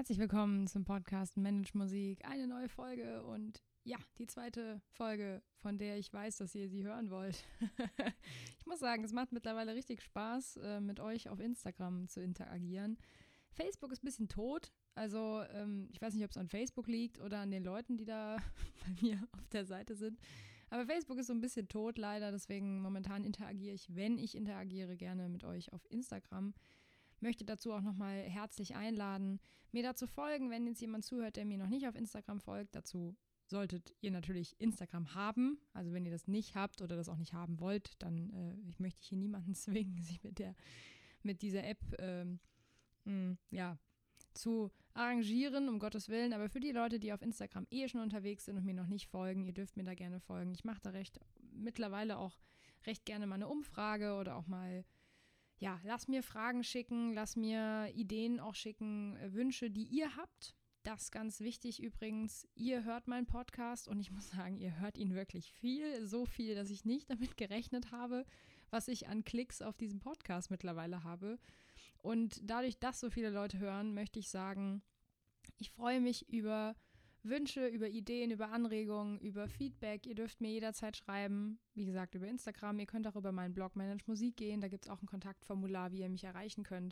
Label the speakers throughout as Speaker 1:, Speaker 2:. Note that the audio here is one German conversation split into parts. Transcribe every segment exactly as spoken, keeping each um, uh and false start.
Speaker 1: Herzlich willkommen zum Podcast Manage Musik, eine neue Folge und ja, die zweite Folge, von der ich weiß, dass ihr sie hören wollt. Ich muss sagen, es macht mittlerweile richtig Spaß, mit euch auf Instagram zu interagieren. Facebook ist ein bisschen tot, also ähm, ich weiß nicht, ob es an Facebook liegt oder an den Leuten, die da bei mir auf der Seite sind, aber Facebook ist so ein bisschen tot leider, deswegen momentan interagiere ich, wenn ich interagiere, gerne mit euch auf Instagram. Möchte dazu auch nochmal herzlich einladen, mir dazu folgen, wenn jetzt jemand zuhört, der mir noch nicht auf Instagram folgt. Dazu solltet ihr natürlich Instagram haben. Also wenn ihr das nicht habt oder das auch nicht haben wollt, dann äh, ich möchte hier niemanden zwingen, sich mit, der, mit dieser App ähm, mh, ja, zu arrangieren, um Gottes Willen. Aber für die Leute, die auf Instagram eh schon unterwegs sind und mir noch nicht folgen, ihr dürft mir da gerne folgen. Ich mache da recht mittlerweile auch recht gerne mal eine Umfrage oder auch mal Ja, lass mir Fragen schicken, lass mir Ideen auch schicken, äh, Wünsche, die ihr habt. Das ist ganz wichtig übrigens. Ihr hört meinen Podcast und ich muss sagen, ihr hört ihn wirklich viel. So viel, dass ich nicht damit gerechnet habe, was ich an Klicks auf diesem Podcast mittlerweile habe. Und dadurch, dass so viele Leute hören, möchte ich sagen, ich freue mich über Wünsche, über Ideen, über Anregungen, über Feedback. Ihr dürft mir jederzeit schreiben, wie gesagt, über Instagram. Ihr könnt auch über meinen Blog Manage Musik gehen. Da gibt es auch ein Kontaktformular, wie ihr mich erreichen könnt.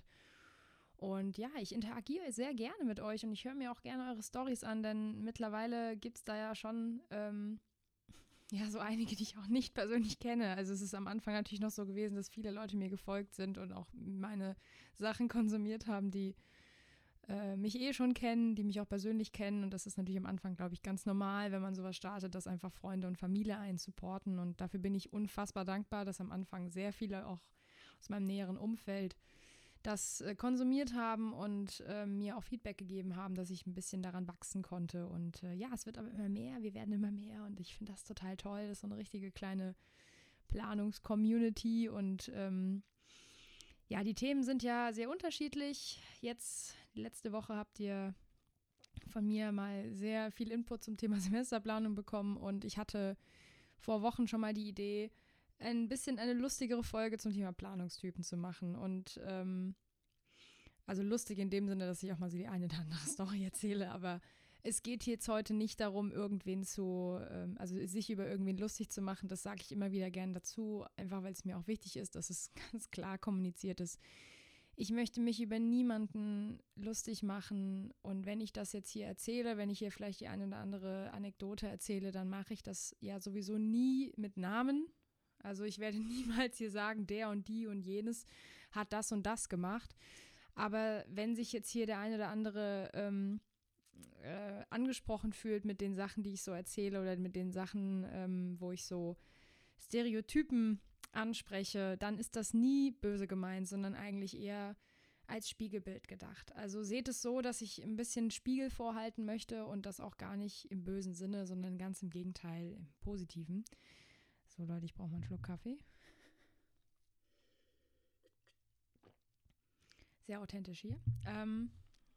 Speaker 1: Und ja, ich interagiere sehr gerne mit euch und ich höre mir auch gerne eure Storys an, denn mittlerweile gibt es da ja schon ähm, ja, so einige, die ich auch nicht persönlich kenne. Also es ist am Anfang natürlich noch so gewesen, dass viele Leute mir gefolgt sind und auch meine Sachen konsumiert haben, die mich eh schon kennen, die mich auch persönlich kennen und das ist natürlich am Anfang, glaube ich, ganz normal, wenn man sowas startet, dass einfach Freunde und Familie einen supporten und dafür bin ich unfassbar dankbar, dass am Anfang sehr viele auch aus meinem näheren Umfeld das äh, konsumiert haben und äh, mir auch Feedback gegeben haben, dass ich ein bisschen daran wachsen konnte und äh, ja, es wird aber immer mehr, wir werden immer mehr und ich finde das total toll, das ist so eine richtige kleine Planungs-Community und ähm, ja, die Themen sind ja sehr unterschiedlich. Jetzt, letzte Woche habt ihr von mir mal sehr viel Input zum Thema Semesterplanung bekommen und ich hatte vor Wochen schon mal die Idee, ein bisschen eine lustigere Folge zum Thema Planungstypen zu machen und ähm, also lustig in dem Sinne, dass ich auch mal so die eine oder andere Story erzähle, aber es geht jetzt heute nicht darum, irgendwen zu, ähm, also sich über irgendwen lustig zu machen, das sage ich immer wieder gern dazu, einfach weil es mir auch wichtig ist, dass es ganz klar kommuniziert ist. Ich möchte mich über niemanden lustig machen und wenn ich das jetzt hier erzähle, wenn ich hier vielleicht die eine oder andere Anekdote erzähle, dann mache ich das ja sowieso nie mit Namen. Also ich werde niemals hier sagen, der und die und jenes hat das und das gemacht. Aber wenn sich jetzt hier der eine oder andere ähm, äh, angesprochen fühlt mit den Sachen, die ich so erzähle oder mit den Sachen, ähm, wo ich so Stereotypen anspreche, dann ist das nie böse gemeint, sondern eigentlich eher als Spiegelbild gedacht. Also seht es so, dass ich ein bisschen Spiegel vorhalten möchte und das auch gar nicht im bösen Sinne, sondern ganz im Gegenteil, im Positiven. So Leute, ich brauche mal einen Schluck Kaffee. Sehr authentisch hier. Ähm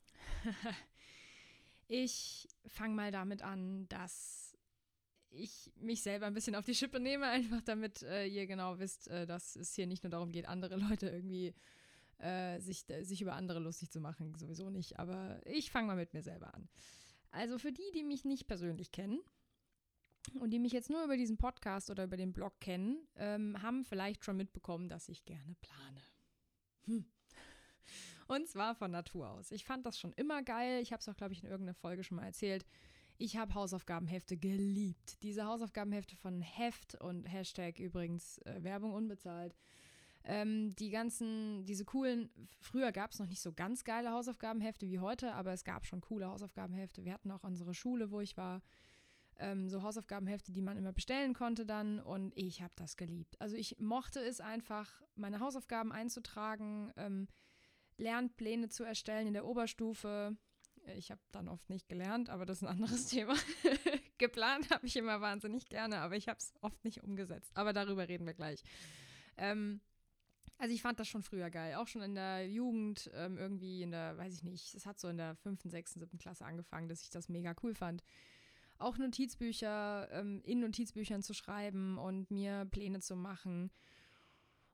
Speaker 1: ich fange mal damit an, dass ich mich selber ein bisschen auf die Schippe nehme, einfach damit äh, ihr genau wisst, äh, dass es hier nicht nur darum geht, andere Leute irgendwie äh, sich, äh, sich über andere lustig zu machen, sowieso nicht, aber ich fange mal mit mir selber an. Also für die, die mich nicht persönlich kennen und die mich jetzt nur über diesen Podcast oder über den Blog kennen, ähm, haben vielleicht schon mitbekommen, dass ich gerne plane. Hm. Und zwar von Natur aus. Ich fand das schon immer geil. Ich habe es auch, glaube ich, in irgendeiner Folge schon mal erzählt. Ich habe Hausaufgabenhefte geliebt. Diese Hausaufgabenhefte von Heft und Hashtag übrigens äh, Werbung unbezahlt. Ähm, die ganzen, diese coolen, früher gab es noch nicht so ganz geile Hausaufgabenhefte wie heute, aber es gab schon coole Hausaufgabenhefte. Wir hatten auch unsere Schule, wo ich war, ähm, so Hausaufgabenhefte, die man immer bestellen konnte dann und ich habe das geliebt. Also ich mochte es einfach, meine Hausaufgaben einzutragen, ähm, Lernpläne zu erstellen in der Oberstufe. Ich habe dann oft nicht gelernt, aber das ist ein anderes Thema. Geplant habe ich immer wahnsinnig gerne, aber ich habe es oft nicht umgesetzt. Aber darüber reden wir gleich. Ähm, also ich fand das schon früher geil, auch schon in der Jugend, ähm, irgendwie in der, weiß ich nicht, es hat so in der fünften, sechsten, siebten Klasse angefangen, dass ich das mega cool fand. Auch Notizbücher, ähm, in Notizbüchern zu schreiben und mir Pläne zu machen.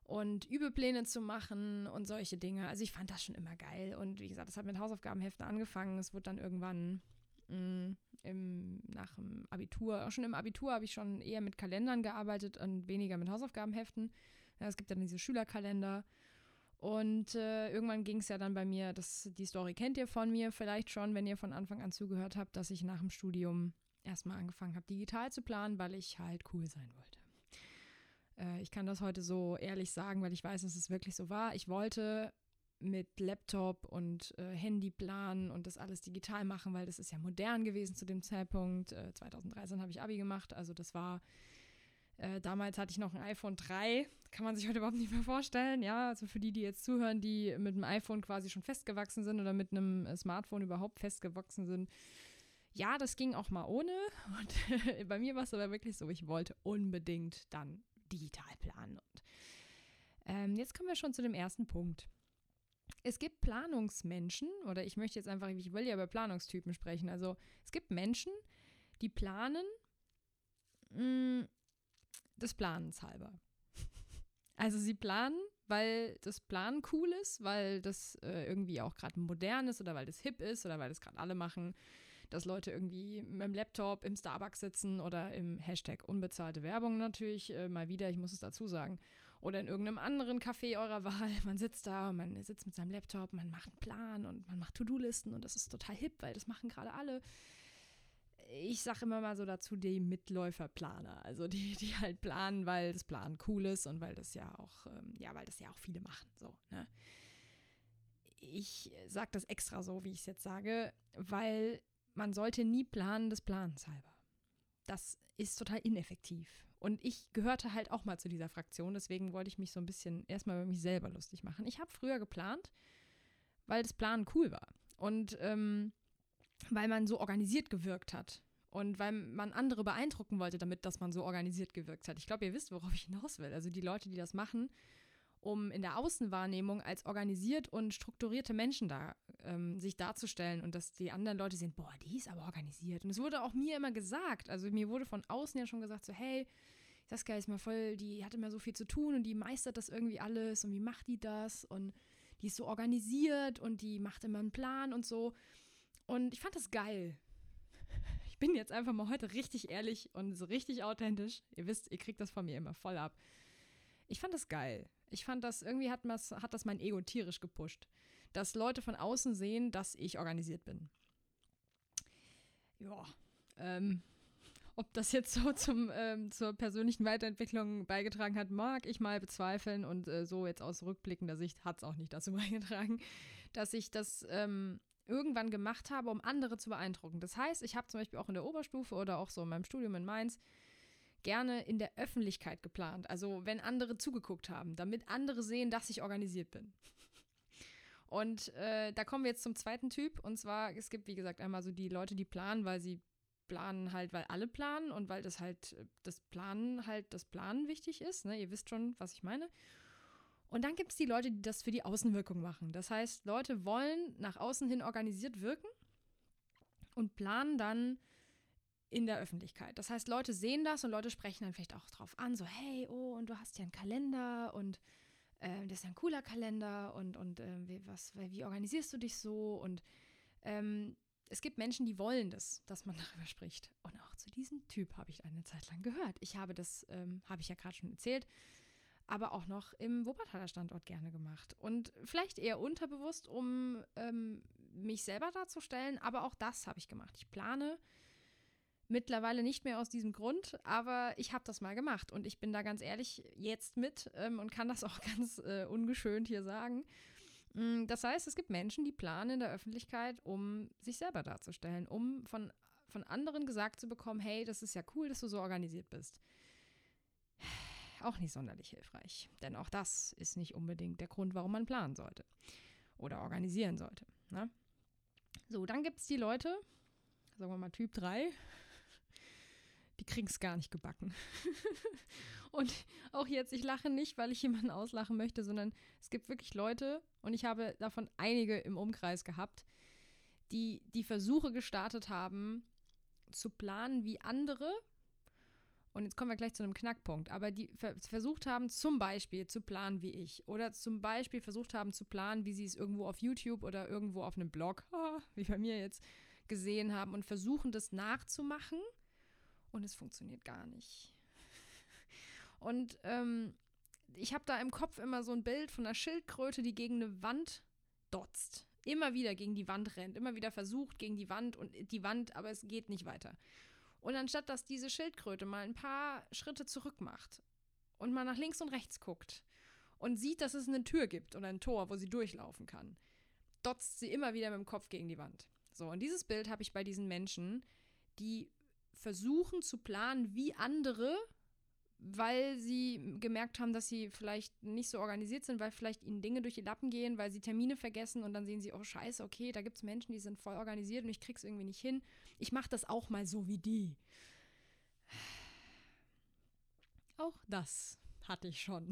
Speaker 1: und Übepläne zu machen und solche Dinge. Also ich fand das schon immer geil. Und wie gesagt, das hat mit Hausaufgabenheften angefangen. Es wurde dann irgendwann mh, im, nach dem Abitur, auch schon im Abitur habe ich schon eher mit Kalendern gearbeitet und weniger mit Hausaufgabenheften. Ja, es gibt dann diese Schülerkalender. Und äh, irgendwann ging es ja dann bei mir, das, die Story kennt ihr von mir vielleicht schon, wenn ihr von Anfang an zugehört habt, dass ich nach dem Studium erstmal angefangen habe, digital zu planen, weil ich halt cool sein wollte. Äh, ich kann das heute so ehrlich sagen, weil ich weiß, dass es wirklich so war. Ich wollte mit Laptop und äh, Handy planen und das alles digital machen, weil das ist ja modern gewesen zu dem Zeitpunkt. Äh, zweitausenddreizehn habe ich Abi gemacht, also das war, äh, damals hatte ich noch ein iPhone drei, kann man sich heute überhaupt nicht mehr vorstellen. Ja, also für die, die jetzt zuhören, die mit dem iPhone quasi schon festgewachsen sind oder mit einem Smartphone überhaupt festgewachsen sind. Ja, das ging auch mal ohne und bei mir war es aber wirklich so, ich wollte unbedingt dann digital planen. Und ähm, jetzt kommen wir schon zu dem ersten Punkt. Es gibt Planungsmenschen, oder ich möchte jetzt einfach, ich will ja über Planungstypen sprechen, also es gibt Menschen, die planen mh, des Planens halber. Also sie planen, weil das Planen cool ist, weil das äh, irgendwie auch gerade modern ist oder weil das hip ist oder weil das gerade alle machen, dass Leute irgendwie mit dem Laptop im Starbucks sitzen oder im Hashtag unbezahlte Werbung natürlich, äh, mal wieder, ich muss es dazu sagen, oder in irgendeinem anderen Café eurer Wahl. Man sitzt da, man sitzt mit seinem Laptop, man macht einen Plan und man macht To-Do-Listen und das ist total hip, weil das machen gerade alle. Ich sage immer mal so dazu die Mitläuferplaner, also die, die halt planen, weil das Planen cool ist und weil das ja auch, ähm, ja, weil das ja auch viele machen, so, ne? Ich sage das extra so, wie ich es jetzt sage, weil man sollte nie planen des Planens halber. Das ist total ineffektiv. Und ich gehörte halt auch mal zu dieser Fraktion, deswegen wollte ich mich so ein bisschen erstmal über mich selber lustig machen. Ich habe früher geplant, weil das Planen cool war und ähm, weil man so organisiert gewirkt hat und weil man andere beeindrucken wollte damit, dass man so organisiert gewirkt hat. Ich glaube, ihr wisst, worauf ich hinaus will. Also die Leute, die das machen, um in der Außenwahrnehmung als organisiert und strukturierte Menschen da ähm, sich darzustellen und dass die anderen Leute sehen, boah, die ist aber organisiert. Und es wurde auch mir immer gesagt, also mir wurde von außen ja schon gesagt, so hey, Saskia ist mal voll, die hat immer so viel zu tun und die meistert das irgendwie alles und wie macht die das und die ist so organisiert und die macht immer einen Plan und so. Und ich fand das geil. Ich bin jetzt einfach mal heute richtig ehrlich und so richtig authentisch. Ihr wisst, ihr kriegt das von mir immer voll ab. Ich fand das geil. Ich fand das, irgendwie hat, hat das mein Ego tierisch gepusht. Dass Leute von außen sehen, dass ich organisiert bin. Ja, ähm, ob das jetzt so zum, ähm, zur persönlichen Weiterentwicklung beigetragen hat, mag ich mal bezweifeln. Und äh, so jetzt aus rückblickender Sicht hat es auch nicht dazu beigetragen, dass ich das ähm, irgendwann gemacht habe, um andere zu beeindrucken. Das heißt, ich habe zum Beispiel auch in der Oberstufe oder auch so in meinem Studium in Mainz gerne in der Öffentlichkeit geplant. Also wenn andere zugeguckt haben, damit andere sehen, dass ich organisiert bin. Und äh, da kommen wir jetzt zum zweiten Typ. Und zwar, es gibt, wie gesagt, einmal so die Leute, die planen, weil sie planen halt, weil alle planen und weil das halt, das Planen halt, das Planen wichtig ist. Ne? Ihr wisst schon, was ich meine. Und dann gibt es die Leute, die das für die Außenwirkung machen. Das heißt, Leute wollen nach außen hin organisiert wirken und planen dann in der Öffentlichkeit. Das heißt, Leute sehen das und Leute sprechen dann vielleicht auch drauf an, so hey, oh, und du hast ja einen Kalender und äh, das ist ja ein cooler Kalender und, und äh, wie, was, wie organisierst du dich so? Und ähm, es gibt Menschen, die wollen das, dass man darüber spricht. Und auch zu diesem Typ habe ich eine Zeit lang gehört. Ich habe das, ähm, habe ich ja gerade schon erzählt, aber auch noch im Wuppertaler Standort gerne gemacht. Und vielleicht eher unterbewusst, um ähm, mich selber darzustellen, aber auch das habe ich gemacht. Ich plane mittlerweile nicht mehr aus diesem Grund, aber ich habe das mal gemacht und ich bin da ganz ehrlich jetzt mit ähm, und kann das auch ganz äh, ungeschönt hier sagen. Das heißt, es gibt Menschen, die planen in der Öffentlichkeit, um sich selber darzustellen, um von, von anderen gesagt zu bekommen, hey, das ist ja cool, dass du so organisiert bist. Auch nicht sonderlich hilfreich, denn auch das ist nicht unbedingt der Grund, warum man planen sollte oder organisieren sollte. Ne? So, dann gibt es die Leute, sagen wir mal Typ drei, die kriegen es gar nicht gebacken. Und auch jetzt, ich lache nicht, weil ich jemanden auslachen möchte, sondern es gibt wirklich Leute, und ich habe davon einige im Umkreis gehabt, die die Versuche gestartet haben, zu planen wie andere und jetzt kommen wir gleich zu einem Knackpunkt, aber die ver- versucht haben, zum Beispiel zu planen wie ich oder zum Beispiel versucht haben zu planen, wie sie es irgendwo auf YouTube oder irgendwo auf einem Blog, wie bei mir jetzt, gesehen haben und versuchen, das nachzumachen und es funktioniert gar nicht. Und ähm, ich habe da im Kopf immer so ein Bild von einer Schildkröte, die gegen eine Wand dotzt. Immer wieder gegen die Wand rennt, immer wieder versucht gegen die Wand und die Wand, aber es geht nicht weiter. Und anstatt, dass diese Schildkröte mal ein paar Schritte zurück macht und mal nach links und rechts guckt und sieht, dass es eine Tür gibt oder ein Tor, wo sie durchlaufen kann, dotzt sie immer wieder mit dem Kopf gegen die Wand. So, und dieses Bild habe ich bei diesen Menschen, die versuchen zu planen wie andere, weil sie gemerkt haben, dass sie vielleicht nicht so organisiert sind, weil vielleicht ihnen Dinge durch die Lappen gehen, weil sie Termine vergessen und dann sehen sie, oh scheiße, okay, da gibt es Menschen, die sind voll organisiert und ich krieg's irgendwie nicht hin. Ich mache das auch mal so wie die. Auch das hatte ich schon.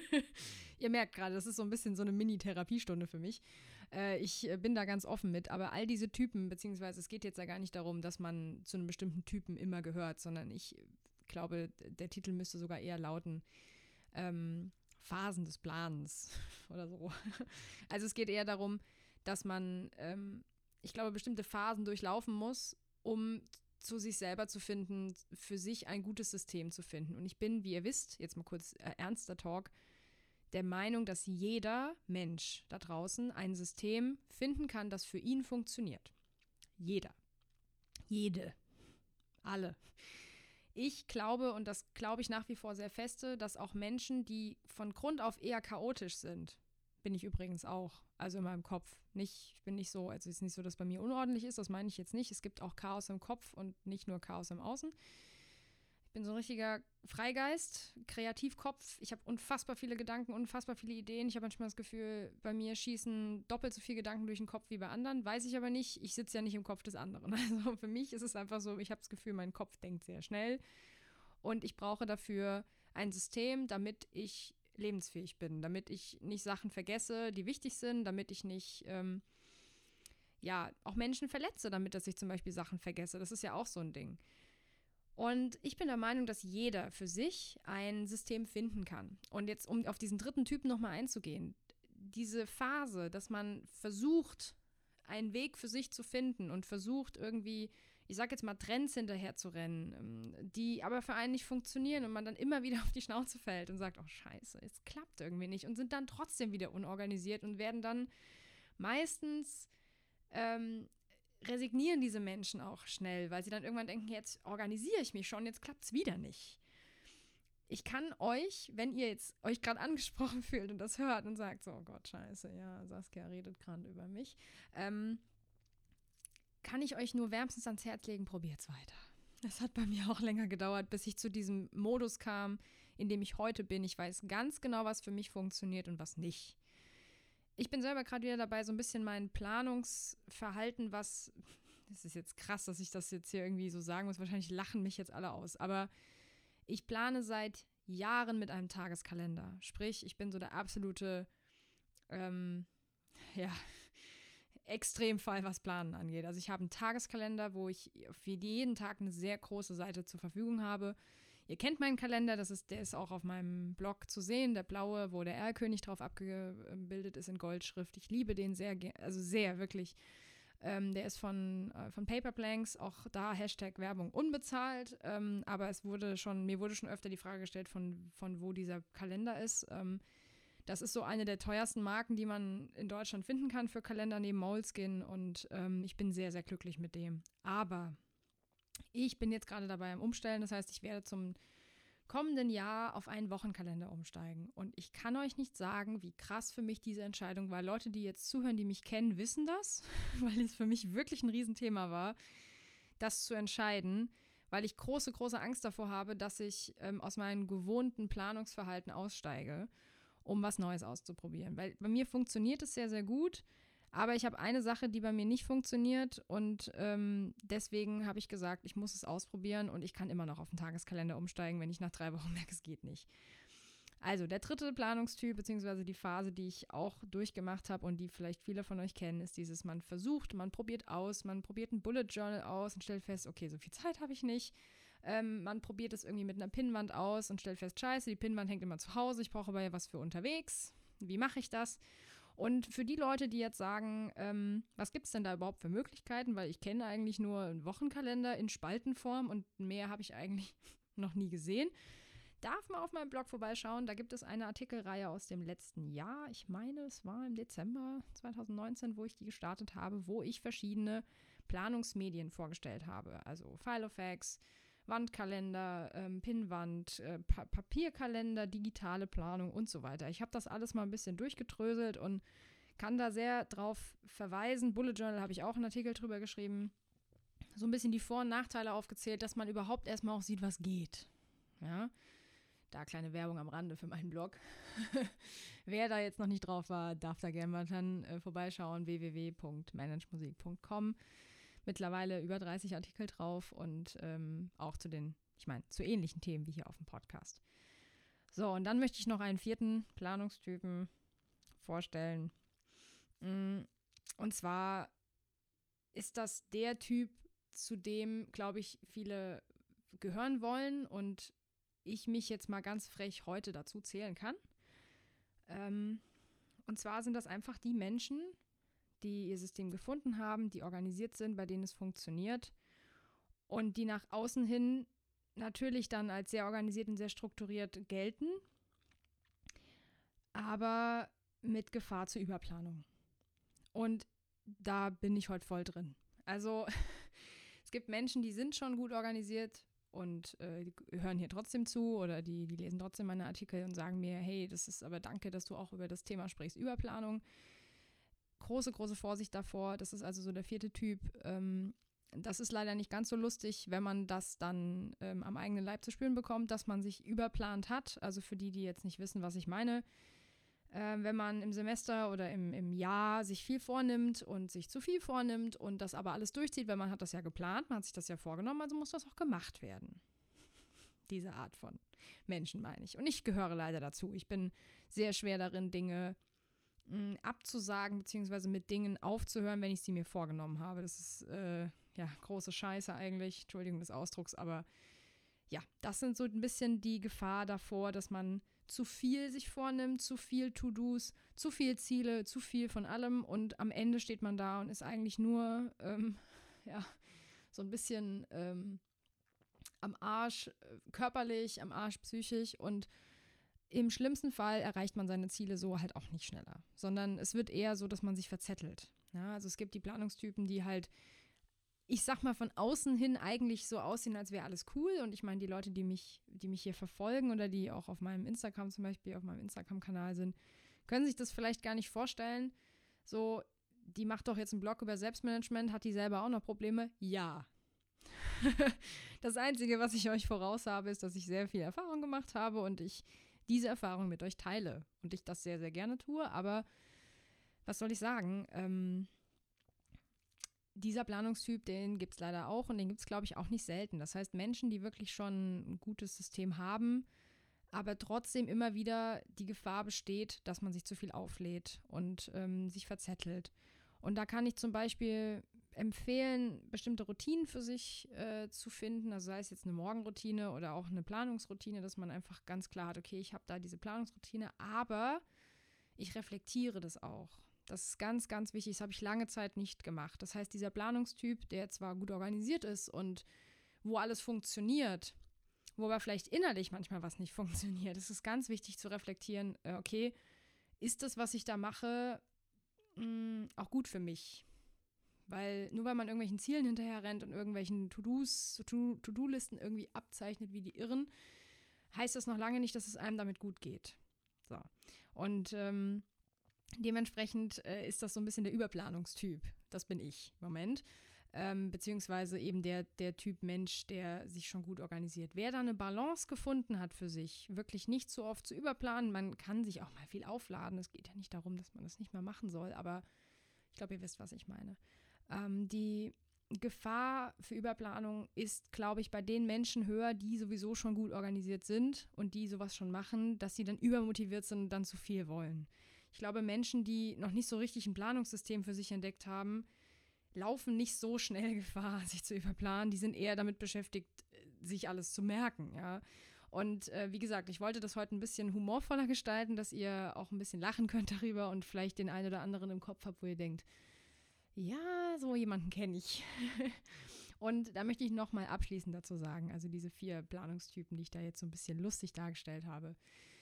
Speaker 1: Ihr merkt gerade, das ist so ein bisschen so eine Mini-Therapiestunde für mich. Äh, ich bin da ganz offen mit, aber all diese Typen, beziehungsweise es geht jetzt ja gar nicht darum, dass man zu einem bestimmten Typen immer gehört, sondern ich glaube, der Titel müsste sogar eher lauten ähm, Phasen des Planens oder so. Also es geht eher darum, dass man, ähm, ich glaube, bestimmte Phasen durchlaufen muss, um zu sich selber zu finden, für sich ein gutes System zu finden. Und ich bin, wie ihr wisst, jetzt mal kurz äh, ernster Talk, der Meinung, dass jeder Mensch da draußen ein System finden kann, das für ihn funktioniert. Jeder. Jede. Alle. Ich glaube, und das glaube ich nach wie vor sehr feste, dass auch Menschen, die von Grund auf eher chaotisch sind, bin ich übrigens auch, also in meinem Kopf. Nicht, ich bin nicht so, also es ist nicht so, dass bei mir unordentlich ist, das meine ich jetzt nicht. Es gibt auch Chaos im Kopf und nicht nur Chaos im Außen. Ich bin so ein richtiger Freigeist, Kreativkopf. Ich habe unfassbar viele Gedanken, unfassbar viele Ideen. Ich habe manchmal das Gefühl, bei mir schießen doppelt so viele Gedanken durch den Kopf wie bei anderen. Weiß ich aber nicht. Ich sitze ja nicht im Kopf des anderen. Also für mich ist es einfach so, ich habe das Gefühl, mein Kopf denkt sehr schnell. Und ich brauche dafür ein System, damit ich lebensfähig bin, damit ich nicht Sachen vergesse, die wichtig sind, damit ich nicht ähm, ja, auch Menschen verletze, damit dass ich zum Beispiel Sachen vergesse. Das ist ja auch so ein Ding. Und ich bin der Meinung, dass jeder für sich ein System finden kann. Und jetzt, um auf diesen dritten Typen nochmal einzugehen, diese Phase, dass man versucht, einen Weg für sich zu finden und versucht irgendwie, ich sag jetzt mal, Trends hinterher zu rennen, die aber für einen nicht funktionieren und man dann immer wieder auf die Schnauze fällt und sagt, oh scheiße, es klappt irgendwie nicht und sind dann trotzdem wieder unorganisiert und werden dann meistens ähm, resignieren diese Menschen auch schnell, weil sie dann irgendwann denken, jetzt organisiere ich mich schon, jetzt klappt es wieder nicht. Ich kann euch, wenn ihr jetzt euch gerade angesprochen fühlt und das hört und sagt, so, oh Gott, scheiße, ja, Saskia redet gerade über mich, ähm, kann ich euch nur wärmstens ans Herz legen, probiert's weiter. Es hat bei mir auch länger gedauert, bis ich zu diesem Modus kam, in dem ich heute bin. Ich weiß ganz genau, was für mich funktioniert und was nicht. Ich bin selber gerade wieder dabei, so ein bisschen mein Planungsverhalten, was, das ist jetzt krass, dass ich das jetzt hier irgendwie so sagen muss, wahrscheinlich lachen mich jetzt alle aus, aber ich plane seit Jahren mit einem Tageskalender. Sprich, ich bin so der absolute, ähm, ja, Extremfall, was Planen angeht. Also ich habe einen Tageskalender, wo ich für jeden Tag eine sehr große Seite zur Verfügung habe. Ihr kennt meinen Kalender, das ist, der ist auch auf meinem Blog zu sehen, der blaue, wo der Erlkönig drauf abgebildet ist in Goldschrift. Ich liebe den sehr, also sehr, wirklich. Ähm, der ist von, äh, von Paperplanks, auch da Hashtag Werbung unbezahlt, ähm, aber es wurde schon, mir wurde schon öfter die Frage gestellt, von, von wo dieser Kalender ist. Ähm, das ist so eine der teuersten Marken, die man in Deutschland finden kann für Kalender neben Moleskine und ähm, ich bin sehr, sehr glücklich mit dem. Aber ich bin jetzt gerade dabei am Umstellen, das heißt, ich werde zum kommenden Jahr auf einen Wochenkalender umsteigen. Und ich kann euch nicht sagen, wie krass für mich diese Entscheidung war. Leute, die jetzt zuhören, die mich kennen, wissen das, weil es für mich wirklich ein Riesenthema war, das zu entscheiden, weil ich große, große Angst davor habe, dass ich ähm, aus meinem gewohnten Planungsverhalten aussteige, um was Neues auszuprobieren. Weil bei mir funktioniert es sehr, sehr gut, aber ich habe eine Sache, die bei mir nicht funktioniert und ähm, deswegen habe ich gesagt, ich muss es ausprobieren und ich kann immer noch auf den Tageskalender umsteigen, wenn ich nach drei Wochen merke, es geht nicht. Also der dritte Planungstyp, beziehungsweise die Phase, die ich auch durchgemacht habe und die vielleicht viele von euch kennen, ist dieses, man versucht, man probiert aus, man probiert ein Bullet Journal aus und stellt fest, okay, so viel Zeit habe ich nicht. Ähm, man probiert es irgendwie mit einer Pinnwand aus und stellt fest, scheiße, die Pinnwand hängt immer zu Hause, ich brauche aber ja was für unterwegs. Wie mache ich das? Und für die Leute, die jetzt sagen, ähm, was gibt es denn da überhaupt für Möglichkeiten, weil ich kenne eigentlich nur einen Wochenkalender in Spaltenform und mehr habe ich eigentlich noch nie gesehen, darf man auf meinem Blog vorbeischauen. Da gibt es eine Artikelreihe aus dem letzten Jahr. Ich meine, es war im Dezember zwanzig neunzehn, wo ich die gestartet habe, wo ich verschiedene Planungsmedien vorgestellt habe. Also Filofax, Wandkalender, ähm, Pinnwand, äh, pa- Papierkalender, digitale Planung und so weiter. Ich habe das alles mal ein bisschen durchgedröselt und kann da sehr drauf verweisen. Bullet Journal habe ich auch einen Artikel drüber geschrieben. So ein bisschen die Vor- und Nachteile aufgezählt, dass man überhaupt erstmal auch sieht, was geht. Ja, da kleine Werbung am Rande für meinen Blog. Wer da jetzt noch nicht drauf war, darf da gerne mal dann äh, vorbeischauen. w w w punkt managemusik punkt com. Mittlerweile über dreißig Artikel drauf und ähm, auch zu den, ich meine, zu ähnlichen Themen wie hier auf dem Podcast. So, und dann möchte ich noch einen vierten Planungstypen vorstellen. Und zwar ist das der Typ, zu dem, glaube ich, viele gehören wollen und ich mich jetzt mal ganz frech heute dazu zählen kann. Ähm, und zwar sind das einfach die Menschen, die ihr System gefunden haben, die organisiert sind, bei denen es funktioniert und die nach außen hin natürlich dann als sehr organisiert und sehr strukturiert gelten, aber mit Gefahr zur Überplanung. Und da bin ich heute voll drin. Also es gibt Menschen, die sind schon gut organisiert und äh, die hören hier trotzdem zu oder die, die lesen trotzdem meine Artikel und sagen mir, hey, das ist aber danke, dass du auch über das Thema sprichst, Überplanung. Große, große Vorsicht davor. Das ist also so der vierte Typ. Ähm, das ist leider nicht ganz so lustig, wenn man das dann ähm, am eigenen Leib zu spüren bekommt, dass man sich überplant hat. Also für die, die jetzt nicht wissen, was ich meine. Äh, wenn man im Semester oder im, im Jahr sich viel vornimmt und sich zu viel vornimmt und das aber alles durchzieht, weil man hat das ja geplant, man hat sich das ja vorgenommen, also muss das auch gemacht werden. Diese Art von Menschen meine ich. Und ich gehöre leider dazu. Ich bin sehr schwer darin, Dinge abzusagen, beziehungsweise mit Dingen aufzuhören, wenn ich sie mir vorgenommen habe. Das ist, äh, ja, große Scheiße eigentlich, Entschuldigung des Ausdrucks, aber ja, das sind so ein bisschen die Gefahr davor, dass man zu viel sich vornimmt, zu viel To-Dos, zu viel Ziele, zu viel von allem und am Ende steht man da und ist eigentlich nur, ähm, ja, so ein bisschen ähm, am Arsch äh, körperlich, am Arsch psychisch und im schlimmsten Fall erreicht man seine Ziele so halt auch nicht schneller, sondern es wird eher so, dass man sich verzettelt. Ja, also es gibt die Planungstypen, die halt, ich sag mal, von außen hin eigentlich so aussehen, als wäre alles cool. Und ich meine, die Leute, die mich, die mich hier verfolgen oder die auch auf meinem Instagram zum Beispiel, auf meinem Instagram-Kanal sind, können sich das vielleicht gar nicht vorstellen. So, die macht doch jetzt einen Blog über Selbstmanagement, hat die selber auch noch Probleme? Ja. Das Einzige, was ich euch voraus habe, ist, dass ich sehr viel Erfahrung gemacht habe und ich diese Erfahrung mit euch teile und ich das sehr, sehr gerne tue, aber was soll ich sagen, ähm, dieser Planungstyp, den gibt es leider auch und den gibt es, glaube ich, auch nicht selten. Das heißt, Menschen, die wirklich schon ein gutes System haben, aber trotzdem immer wieder die Gefahr besteht, dass man sich zu viel auflädt und ähm, sich verzettelt. Und da kann ich zum Beispiel empfehlen, bestimmte Routinen für sich äh, zu finden, also sei es jetzt eine Morgenroutine oder auch eine Planungsroutine, dass man einfach ganz klar hat, okay, ich habe da diese Planungsroutine, aber ich reflektiere das auch. Das ist ganz, ganz wichtig, das habe ich lange Zeit nicht gemacht. Das heißt, dieser Planungstyp, der zwar gut organisiert ist und wo alles funktioniert, wo aber vielleicht innerlich manchmal was nicht funktioniert, es ist ganz wichtig zu reflektieren, äh, okay, ist das, was ich da mache, mh, auch gut für mich? Weil nur weil man irgendwelchen Zielen hinterher rennt und irgendwelchen To-Dos, To-Do-Listen irgendwie abzeichnet wie die Irren, heißt das noch lange nicht, dass es einem damit gut geht. So. Und ähm, dementsprechend äh, ist das so ein bisschen der Überplanungstyp. Das bin ich im Moment. Ähm, beziehungsweise eben der, der Typ Mensch, der sich schon gut organisiert. Wer da eine Balance gefunden hat für sich, wirklich nicht so oft zu überplanen, man kann sich auch mal viel aufladen. Es geht ja nicht darum, dass man das nicht mehr machen soll, aber ich glaube, ihr wisst, was ich meine. Ähm, die Gefahr für Überplanung ist, glaube ich, bei den Menschen höher, die sowieso schon gut organisiert sind und die sowas schon machen, dass sie dann übermotiviert sind und dann zu viel wollen. Ich glaube, Menschen, die noch nicht so richtig ein Planungssystem für sich entdeckt haben, laufen nicht so schnell Gefahr, sich zu überplanen. Die sind eher damit beschäftigt, sich alles zu merken, ja. Und äh, wie gesagt, ich wollte das heute ein bisschen humorvoller gestalten, dass ihr auch ein bisschen lachen könnt darüber und vielleicht den einen oder anderen im Kopf habt, wo ihr denkt, ja, so jemanden kenne ich. Und da möchte ich nochmal abschließend dazu sagen, also diese vier Planungstypen, die ich da jetzt so ein bisschen lustig dargestellt habe.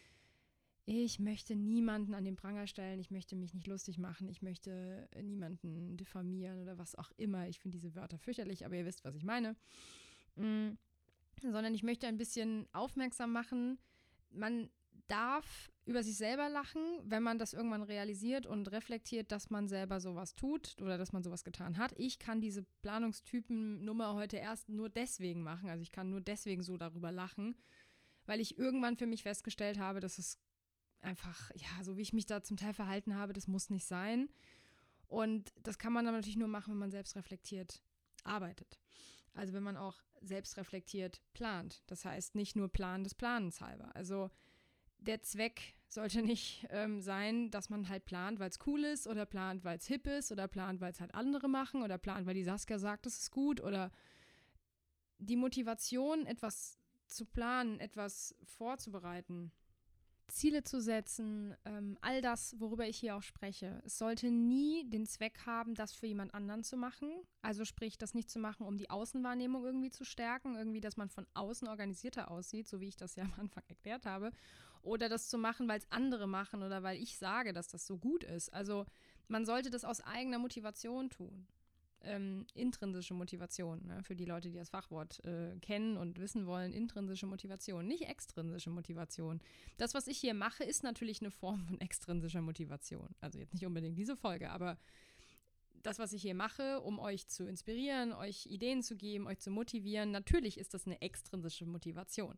Speaker 1: Ich möchte niemanden an den Pranger stellen, ich möchte mich nicht lustig machen, ich möchte niemanden diffamieren oder was auch immer. Ich finde diese Wörter fürchterlich, aber ihr wisst, was ich meine. Mm. Sondern ich möchte ein bisschen aufmerksam machen, man darf über sich selber lachen, wenn man das irgendwann realisiert und reflektiert, dass man selber sowas tut oder dass man sowas getan hat. Ich kann diese Planungstypen-Nummer heute erst nur deswegen machen, also ich kann nur deswegen so darüber lachen, weil ich irgendwann für mich festgestellt habe, dass es einfach, ja, so wie ich mich da zum Teil verhalten habe, das muss nicht sein. Und das kann man dann natürlich nur machen, wenn man selbst reflektiert arbeitet. Also wenn man auch selbst reflektiert plant. Das heißt nicht nur Plan des Planens halber. Also der Zweck sollte nicht ähm, sein, dass man halt plant, weil es cool ist oder plant, weil es hip ist oder plant, weil es halt andere machen oder plant, weil die Saskia sagt, das ist gut oder die Motivation, etwas zu planen, etwas vorzubereiten, Ziele zu setzen, ähm, all das, worüber ich hier auch spreche. Es sollte nie den Zweck haben, das für jemand anderen zu machen. Also sprich, das nicht zu machen, um die Außenwahrnehmung irgendwie zu stärken, irgendwie, dass man von außen organisierter aussieht, so wie ich das ja am Anfang erklärt habe. Oder das zu machen, weil es andere machen oder weil ich sage, dass das so gut ist. Also man sollte das aus eigener Motivation tun. Ähm, intrinsische Motivation, ne? Für die Leute, die das Fachwort äh, kennen und wissen wollen, intrinsische Motivation, nicht extrinsische Motivation. Das, was ich hier mache, ist natürlich eine Form von extrinsischer Motivation. Also jetzt nicht unbedingt diese Folge, aber das, was ich hier mache, um euch zu inspirieren, euch Ideen zu geben, euch zu motivieren, natürlich ist das eine extrinsische Motivation.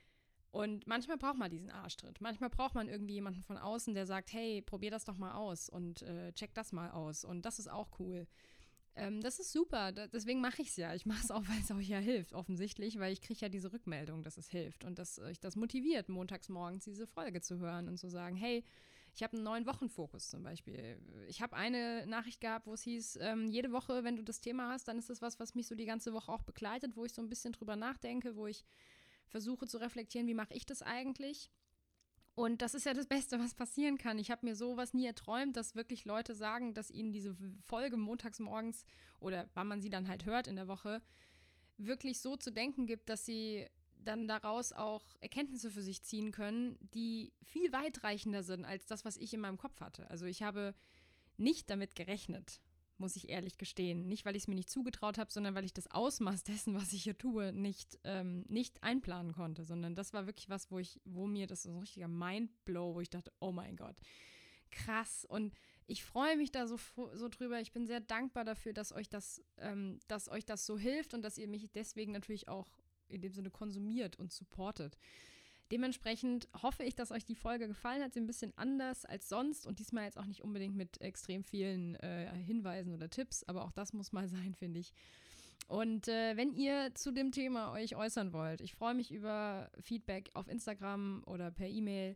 Speaker 1: Und manchmal braucht man diesen Arschtritt. Manchmal braucht man irgendwie jemanden von außen, der sagt, hey, probier das doch mal aus und äh, check das mal aus und das ist auch cool. Ähm, das ist super, da, deswegen mache ich es ja. Ich mache es auch, weil es euch ja hilft, offensichtlich, weil ich kriege ja diese Rückmeldung, dass es hilft und dass euch das motiviert, montags morgens diese Folge zu hören und zu sagen, hey, ich habe einen neuen Wochenfokus zum Beispiel. Ich habe eine Nachricht gehabt, wo es hieß, ähm, jede Woche, wenn du das Thema hast, dann ist das was, was mich so die ganze Woche auch begleitet, wo ich so ein bisschen drüber nachdenke, wo ich versuche zu reflektieren, wie mache ich das eigentlich? Und das ist ja das Beste, was passieren kann. Ich habe mir sowas nie erträumt, dass wirklich Leute sagen, dass ihnen diese Folge montags morgens oder wann man sie dann halt hört in der Woche, wirklich so zu denken gibt, dass sie dann daraus auch Erkenntnisse für sich ziehen können, die viel weitreichender sind als das, was ich in meinem Kopf hatte. Also ich habe nicht damit gerechnet, muss ich ehrlich gestehen. Nicht, weil ich es mir nicht zugetraut habe, sondern weil ich das Ausmaß dessen, was ich hier tue, nicht, ähm, nicht einplanen konnte, sondern das war wirklich was, wo ich, wo mir das so ein richtiger Mindblow, wo ich dachte, oh mein Gott, krass. Und ich freue mich da so, so drüber. Ich bin sehr dankbar dafür, dass euch das, ähm, dass euch das so hilft und dass ihr mich deswegen natürlich auch in dem Sinne konsumiert und supportet. Dementsprechend hoffe ich, dass euch die Folge gefallen hat. Sie ist ein bisschen anders als sonst und diesmal jetzt auch nicht unbedingt mit extrem vielen äh, Hinweisen oder Tipps, aber auch das muss mal sein, finde ich. Und äh, wenn ihr zu dem Thema euch äußern wollt, ich freue mich über Feedback auf Instagram oder per E-Mail.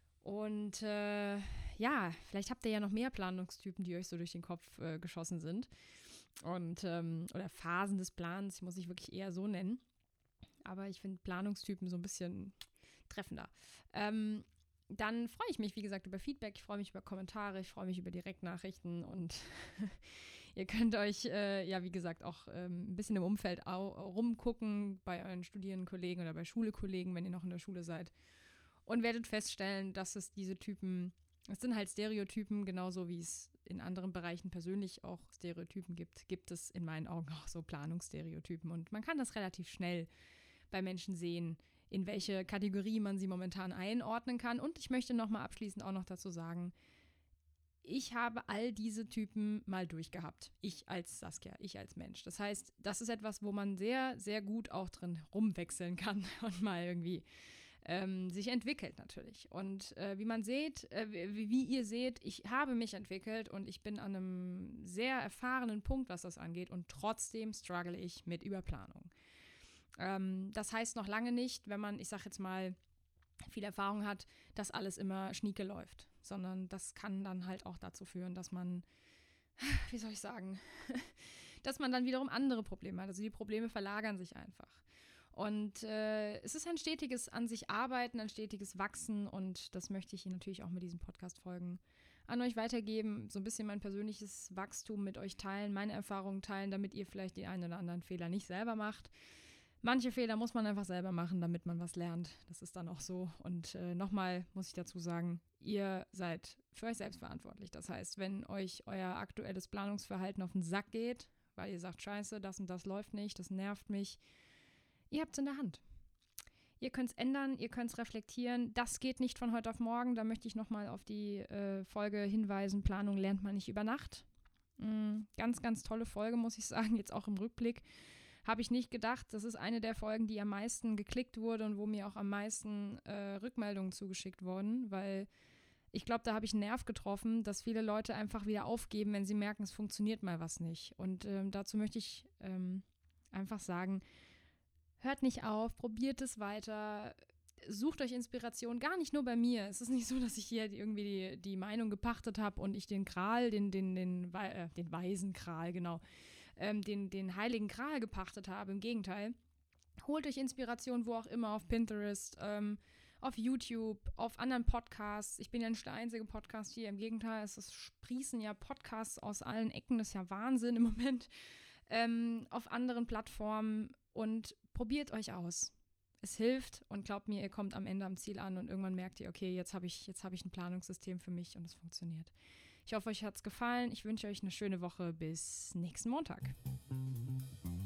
Speaker 1: Und äh, ja, vielleicht habt ihr ja noch mehr Planungstypen, die euch so durch den Kopf äh, geschossen sind. Und, ähm, oder Phasen des Plans, ich muss ich wirklich eher so nennen. Aber ich finde Planungstypen so ein bisschen treffender. Ähm, dann freue ich mich, wie gesagt, über Feedback. Ich freue mich über Kommentare, ich freue mich über Direktnachrichten und ihr könnt euch, äh, ja, wie gesagt, auch ähm, ein bisschen im Umfeld au- rumgucken bei euren Studierendenkollegen oder bei Schulekollegen, wenn ihr noch in der Schule seid und werdet feststellen, dass es diese Typen, es sind halt Stereotypen, genauso wie es in anderen Bereichen persönlich auch Stereotypen gibt, gibt es in meinen Augen auch so Planungsstereotypen und man kann das relativ schnell bei Menschen sehen, in welche Kategorie man sie momentan einordnen kann. Und ich möchte nochmal abschließend auch noch dazu sagen, ich habe all diese Typen mal durchgehabt. Ich als Saskia, ich als Mensch. Das heißt, das ist etwas, wo man sehr, sehr gut auch drin rumwechseln kann und mal irgendwie ähm, sich entwickelt natürlich. Und äh, wie man seht, äh, wie, wie ihr seht, ich habe mich entwickelt und ich bin an einem sehr erfahrenen Punkt, was das angeht. Und trotzdem struggle ich mit Überplanung. Ähm, das heißt noch lange nicht, wenn man, ich sag jetzt mal, viel Erfahrung hat, dass alles immer schnieke läuft, sondern das kann dann halt auch dazu führen, dass man, wie soll ich sagen, dass man dann wiederum andere Probleme hat. Also die Probleme verlagern sich einfach. Und äh, es ist ein stetiges an sich Arbeiten, ein stetiges Wachsen und das möchte ich natürlich auch mit diesen Podcast-Folgen an euch weitergeben, so ein bisschen mein persönliches Wachstum mit euch teilen, meine Erfahrungen teilen, damit ihr vielleicht den einen oder anderen Fehler nicht selber macht. Manche Fehler muss man einfach selber machen, damit man was lernt. Das ist dann auch so. Und äh, nochmal muss ich dazu sagen, ihr seid für euch selbst verantwortlich. Das heißt, wenn euch euer aktuelles Planungsverhalten auf den Sack geht, weil ihr sagt, scheiße, das und das läuft nicht, das nervt mich, ihr habt es in der Hand. Ihr könnt es ändern, ihr könnt es reflektieren. Das geht nicht von heute auf morgen. Da möchte ich nochmal auf die äh, Folge hinweisen. Planung lernt man nicht über Nacht. Mm, ganz, ganz tolle Folge, muss ich sagen, jetzt auch im Rückblick. Habe ich nicht gedacht. Das ist eine der Folgen, die am meisten geklickt wurde und wo mir auch am meisten äh, Rückmeldungen zugeschickt wurden, weil ich glaube, da habe ich einen Nerv getroffen, dass viele Leute einfach wieder aufgeben, wenn sie merken, es funktioniert mal was nicht. Und ähm, dazu möchte ich ähm, einfach sagen, hört nicht auf, probiert es weiter, sucht euch Inspiration, gar nicht nur bei mir. Es ist nicht so, dass ich hier irgendwie die, die Meinung gepachtet habe und ich den Gral, den, den, den, äh, den weisen Gral, genau, ähm, den, den heiligen Gral gepachtet habe. Im Gegenteil, holt euch Inspiration, wo auch immer, auf Pinterest, ähm, auf YouTube, auf anderen Podcasts. Ich bin ja nicht der einzige Podcast hier, im Gegenteil, es ist, sprießen ja Podcasts aus allen Ecken, das ist ja Wahnsinn im Moment, ähm, auf anderen Plattformen und probiert euch aus. Es hilft und glaubt mir, ihr kommt am Ende am Ziel an und irgendwann merkt ihr, okay, jetzt habe ich, jetzt habe ich ein Planungssystem für mich und es funktioniert. Ich hoffe, euch hat es gefallen. Ich wünsche euch eine schöne Woche. Bis nächsten Montag.